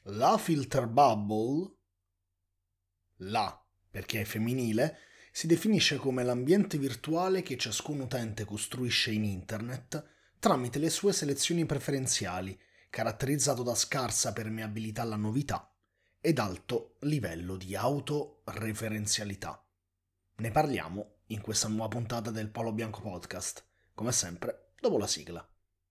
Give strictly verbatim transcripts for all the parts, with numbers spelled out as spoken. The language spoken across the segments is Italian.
La filter bubble, la perché è femminile, si definisce come l'ambiente virtuale che ciascun utente costruisce in internet tramite le sue selezioni preferenziali, caratterizzato da scarsa permeabilità alla novità ed alto livello di autoreferenzialità. Ne parliamo in questa nuova puntata del Polo Bianco Podcast, come sempre dopo la sigla.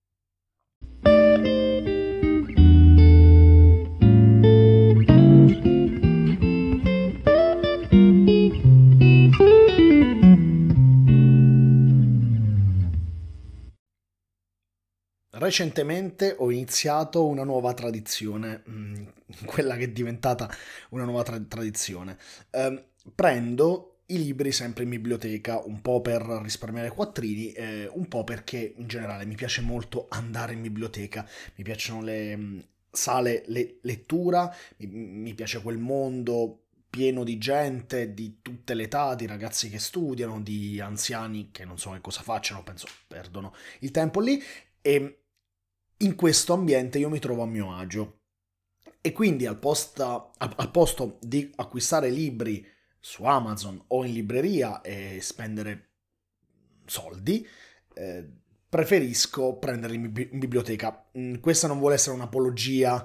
Recentemente ho iniziato una nuova tradizione, mm, quella che è diventata una nuova tra- tradizione. Ehm, prendo i libri sempre in biblioteca, un po' per risparmiare quattrini, eh, un po' perché in generale mi piace molto andare in biblioteca, mi piacciono le mm, sale le- lettura, mi, mi piace quel mondo pieno di gente di tutte le età, di ragazzi che studiano, di anziani che non so che cosa facciano, penso perdono il tempo lì. E in questo ambiente io mi trovo a mio agio e quindi al, posta- al- al posto di acquistare libri su Amazon o in libreria e spendere soldi, eh, preferisco prenderli in, bibli- in biblioteca. Mm, Questa non vuole essere un'apologia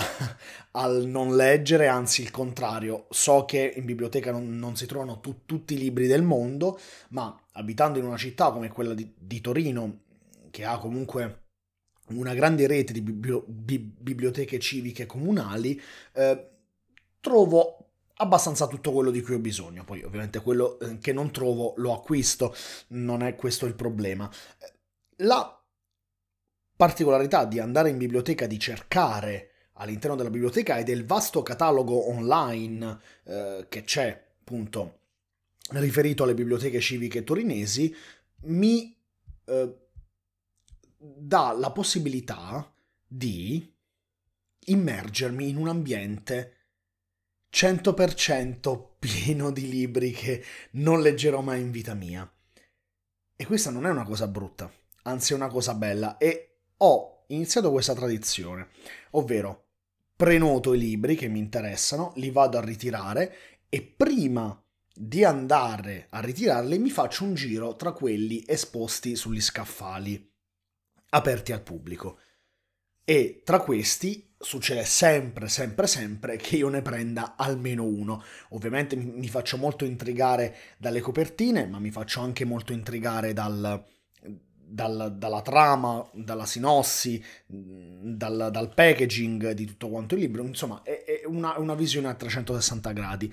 al non leggere, anzi il contrario. So che in biblioteca non, non si trovano tu- tutti i libri del mondo, ma abitando in una città come quella di, di Torino, che ha comunque una grande rete di biblio- bi- biblioteche civiche comunali, eh, trovo abbastanza tutto quello di cui ho bisogno. Poi ovviamente quello eh, che non trovo lo acquisto, non è questo il problema. La particolarità di andare in biblioteca, di cercare all'interno della biblioteca e del vasto catalogo online eh, che c'è, appunto, riferito alle biblioteche civiche torinesi, mi eh, dà la possibilità di immergermi in un ambiente cento per cento pieno di libri che non leggerò mai in vita mia. E questa non è una cosa brutta, anzi è una cosa bella e ho iniziato questa tradizione, ovvero prenoto i libri che mi interessano, li vado a ritirare e prima di andare a ritirarli mi faccio un giro tra quelli esposti sugli scaffali aperti al pubblico. E tra questi succede sempre, sempre, sempre che io ne prenda almeno uno. Ovviamente mi, mi faccio molto intrigare dalle copertine, ma mi faccio anche molto intrigare dal, dal- dalla trama, dalla sinossi, dal, dal packaging di tutto quanto il libro. Insomma, è, è una, una visione a trecentosessanta gradi.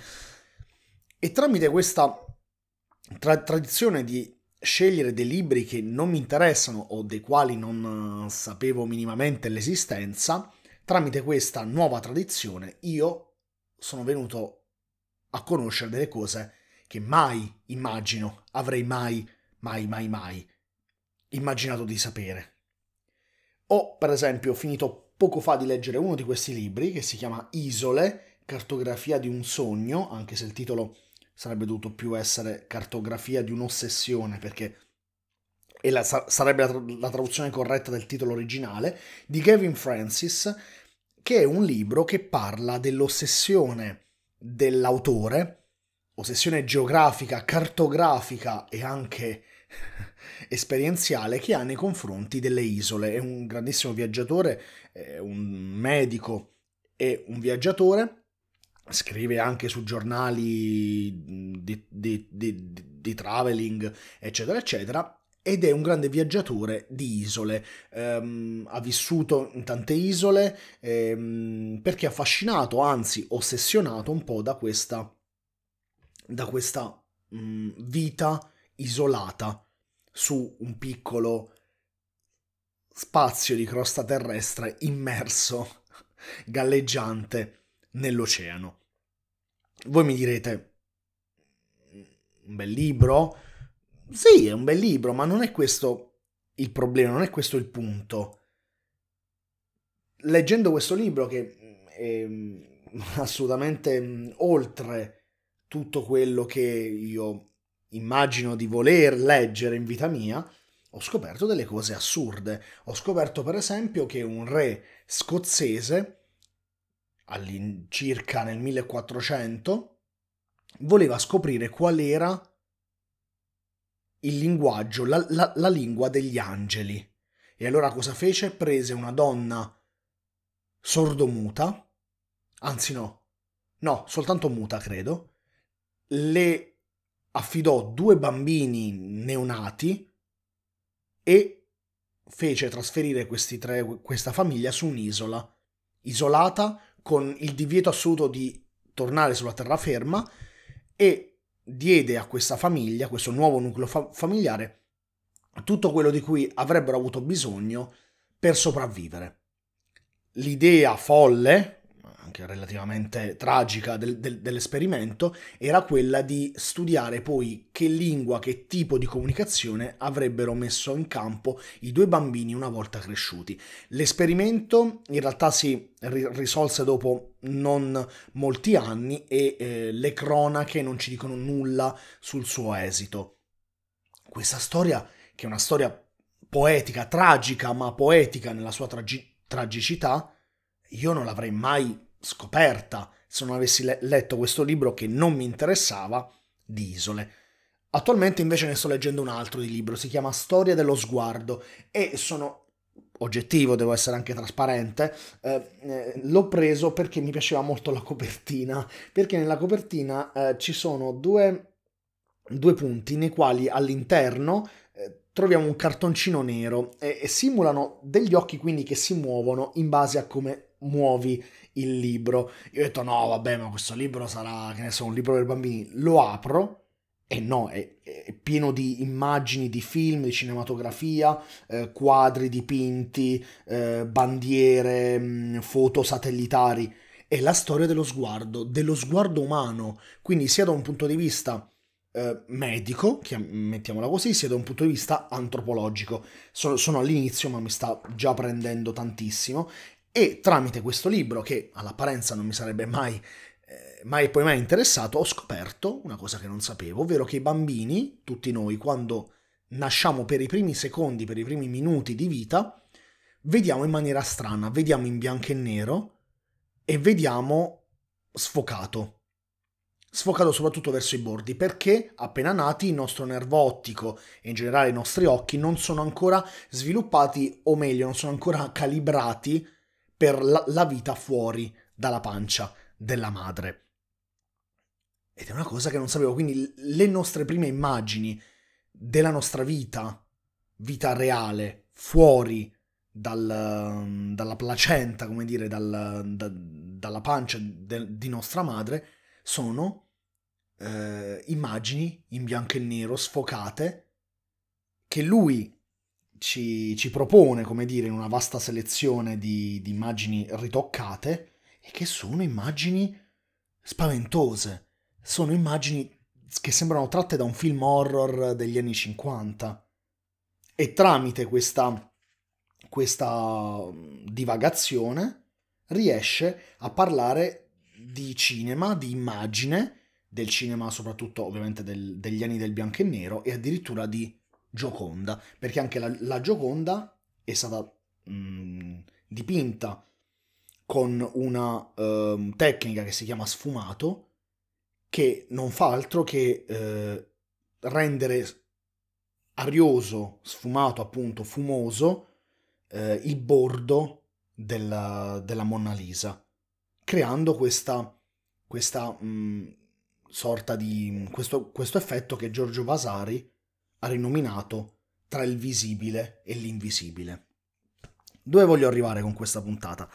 E tramite questa tra- tradizione di scegliere dei libri che non mi interessano o dei quali non eh, sapevo minimamente l'esistenza, tramite questa nuova tradizione io sono venuto a conoscere delle cose che mai immagino, avrei mai, mai, mai, mai immaginato di sapere. Ho, per esempio, finito poco fa di leggere uno di questi libri che si chiama Isole, cartografia di un sogno, anche se il titolo sarebbe dovuto più essere cartografia di un'ossessione, perché e la- sa- sarebbe la, tra- la traduzione corretta del titolo originale, di Gavin Francis, che è un libro che parla dell'ossessione dell'autore, ossessione geografica, cartografica e anche esperienziale che ha nei confronti delle isole. È un grandissimo viaggiatore, è un medico e un viaggiatore, scrive anche su giornali di, di, di, di traveling, eccetera, eccetera. Ed è un grande viaggiatore di isole, ehm, ha vissuto in tante isole ehm, perché è affascinato, anzi ossessionato un po' da questa, da questa mh, vita isolata su un piccolo spazio di crosta terrestre immerso, galleggiante nell'oceano. Voi mi direte, un bel libro? Sì, è un bel libro, ma non è questo il problema, non è questo il punto. Leggendo questo libro, che è mm, assolutamente mm, oltre tutto quello che io immagino di voler leggere in vita mia, ho scoperto delle cose assurde. Ho scoperto, per esempio, che un re scozzese all'incirca nel millequattrocento, voleva scoprire qual era il linguaggio, la, la, la lingua degli angeli. E allora cosa fece? Prese una donna sordomuta, anzi no, no, soltanto muta credo, le affidò due bambini neonati e fece trasferire questi tre, questa famiglia su un'isola, isolata, con il divieto assoluto di tornare sulla terraferma, e diede a questa famiglia, a questo nuovo nucleo fa- familiare, tutto quello di cui avrebbero avuto bisogno per sopravvivere. L'idea folle, anche relativamente tragica, del, del, dell'esperimento era quella di studiare poi che lingua, che tipo di comunicazione avrebbero messo in campo i due bambini una volta cresciuti. L'esperimento in realtà si risolse dopo non molti anni e eh, le cronache non ci dicono nulla sul suo esito. Questa storia, che è una storia poetica, tragica, ma poetica nella sua tragi- tragicità, io non l'avrei mai scoperta se non avessi le- letto questo libro che non mi interessava di isole. Attualmente invece ne sto leggendo un altro di libro, si chiama Storia dello sguardo e sono oggettivo, devo essere anche trasparente, eh, eh, l'ho preso perché mi piaceva molto la copertina, perché nella copertina eh, ci sono due, due punti nei quali all'interno eh, troviamo un cartoncino nero e, e simulano degli occhi quindi che si muovono in base a come muovi il libro. Io ho detto no, vabbè, ma questo libro sarà, che ne so, un libro per bambini. Lo apro e no, è, è pieno di immagini, di film, di cinematografia, eh, quadri dipinti, eh, bandiere, mh, foto satellitari. È la storia dello sguardo, dello sguardo umano, quindi sia da un punto di vista eh, medico, chiam- mettiamola così, sia da un punto di vista antropologico. Sono, sono all'inizio, ma mi sta già prendendo tantissimo. E tramite questo libro, che all'apparenza non mi sarebbe mai, eh, mai e poi mai interessato, ho scoperto una cosa che non sapevo, ovvero che i bambini, tutti noi, quando nasciamo per i primi secondi, per i primi minuti di vita, vediamo in maniera strana, vediamo in bianco e nero e vediamo sfocato. Sfocato soprattutto verso i bordi, perché appena nati il nostro nervo ottico e in generale i nostri occhi non sono ancora sviluppati, o meglio, non sono ancora calibrati per la, la vita fuori dalla pancia della madre. Ed è una cosa che non sapevo, quindi le nostre prime immagini della nostra vita, vita reale, fuori dal, dalla placenta, come dire, dal, da, dalla pancia de, di nostra madre, sono eh, immagini in bianco e nero, sfocate, che lui ci, ci propone, come dire, in una vasta selezione di, di immagini ritoccate, e che sono immagini spaventose. Sono immagini che sembrano tratte da un film horror degli anni cinquanta. E tramite questa, questa divagazione riesce a parlare di cinema, di immagine, del cinema soprattutto ovviamente del- degli anni del bianco e nero e addirittura di Gioconda, perché anche la, la Gioconda è stata mh, dipinta con una ehm, tecnica che si chiama sfumato, che non fa altro che eh, rendere arioso, sfumato appunto, fumoso, eh, il bordo della, della Monna Lisa, creando questa, questa mh, sorta di questo, questo effetto che Giorgio Vasari ha rinominato tra il visibile e l'invisibile. Dove voglio arrivare con questa puntata?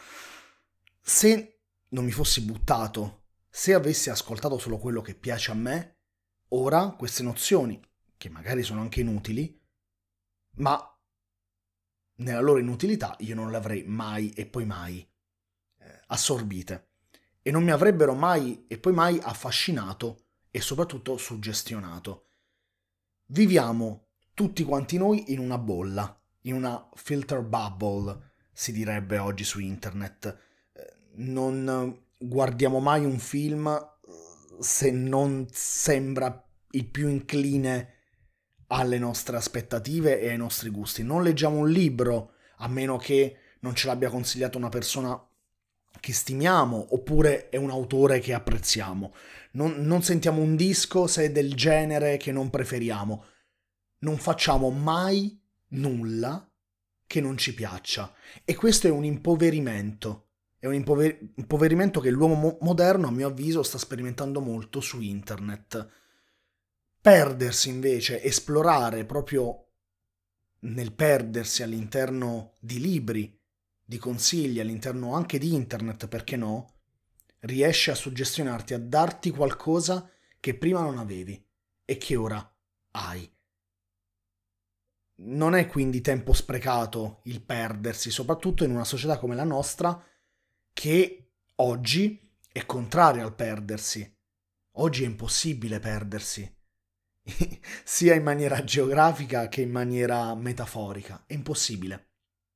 Se non mi fossi buttato, se avessi ascoltato solo quello che piace a me, ora queste nozioni, che magari sono anche inutili, ma nella loro inutilità io non le avrei mai e poi mai eh, assorbite e non mi avrebbero mai e poi mai affascinato e soprattutto suggestionato. Viviamo tutti quanti noi in una bolla, in una filter bubble, si direbbe oggi su internet. Eh, Non guardiamo mai un film eh, se non sembra il più incline alle nostre aspettative e ai nostri gusti. Non leggiamo un libro a meno che non ce l'abbia consigliato una persona che stimiamo oppure è un autore che apprezziamo. Non, non sentiamo un disco se è del genere che non preferiamo. Non facciamo mai nulla che non ci piaccia. E questo è un impoverimento. È un impover- impoverimento che l'uomo mo- moderno, a mio avviso, sta sperimentando molto su internet. Perdersi invece, esplorare proprio nel perdersi all'interno di libri, di consigli, all'interno anche di internet, perché no, riesce a suggestionarti, a darti qualcosa che prima non avevi e che ora hai. Non è quindi tempo sprecato il perdersi, soprattutto in una società come la nostra che oggi è contraria al perdersi. Oggi è impossibile perdersi, sia in maniera geografica che in maniera metaforica. È impossibile.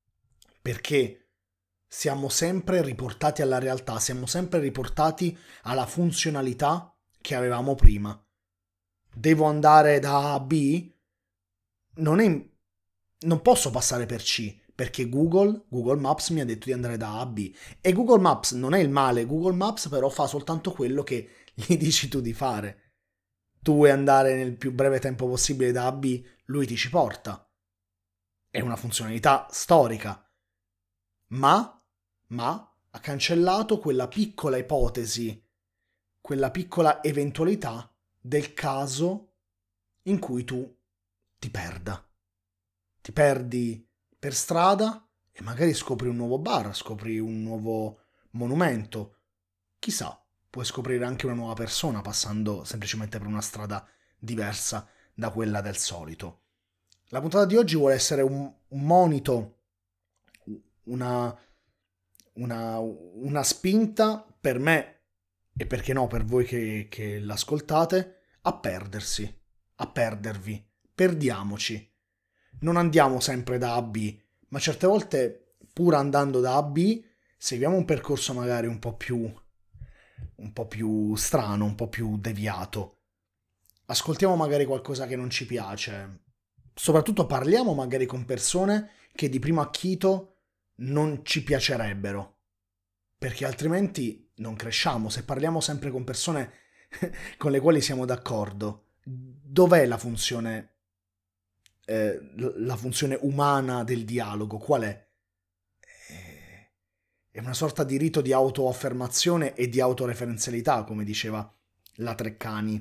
Perché siamo sempre riportati alla realtà, siamo sempre riportati alla funzionalità che avevamo prima. Devo andare da A a B? Non è, non posso passare per C, perché Google, Google Maps mi ha detto di andare da A a B. E Google Maps non è il male, Google Maps però fa soltanto quello che gli dici tu di fare. Tu vuoi andare nel più breve tempo possibile da A a B, lui ti ci porta. È una funzionalità storica. Ma, ma ha cancellato quella piccola ipotesi, quella piccola eventualità del caso in cui tu ti perda. Ti perdi per strada e magari scopri un nuovo bar, scopri un nuovo monumento. Chissà, puoi scoprire anche una nuova persona passando semplicemente per una strada diversa da quella del solito. La puntata di oggi vuole essere un, un monito, una, una, una spinta per me e perché no per voi che, che l'ascoltate a perdersi, a perdervi. Perdiamoci. Non andiamo sempre da A a B, ma certe volte, pur andando da A a B, seguiamo un percorso magari un po' più, un po' più strano, un po' più deviato. Ascoltiamo magari qualcosa che non ci piace. Soprattutto parliamo magari con persone che di primo acchito non ci piacerebbero, perché altrimenti non cresciamo. Se parliamo sempre con persone con le quali siamo d'accordo, dov'è la funzione eh, la funzione umana del dialogo? Qual è? Eh, È una sorta di rito di autoaffermazione e di autoreferenzialità, come diceva la Treccani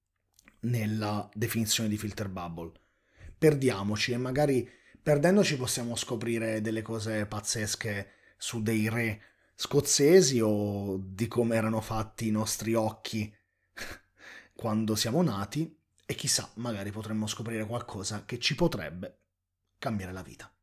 nella definizione di Filter Bubble. Perdiamoci e magari perdendoci possiamo scoprire delle cose pazzesche su dei re scozzesi o di come erano fatti i nostri occhi quando siamo nati e chissà, magari potremmo scoprire qualcosa che ci potrebbe cambiare la vita.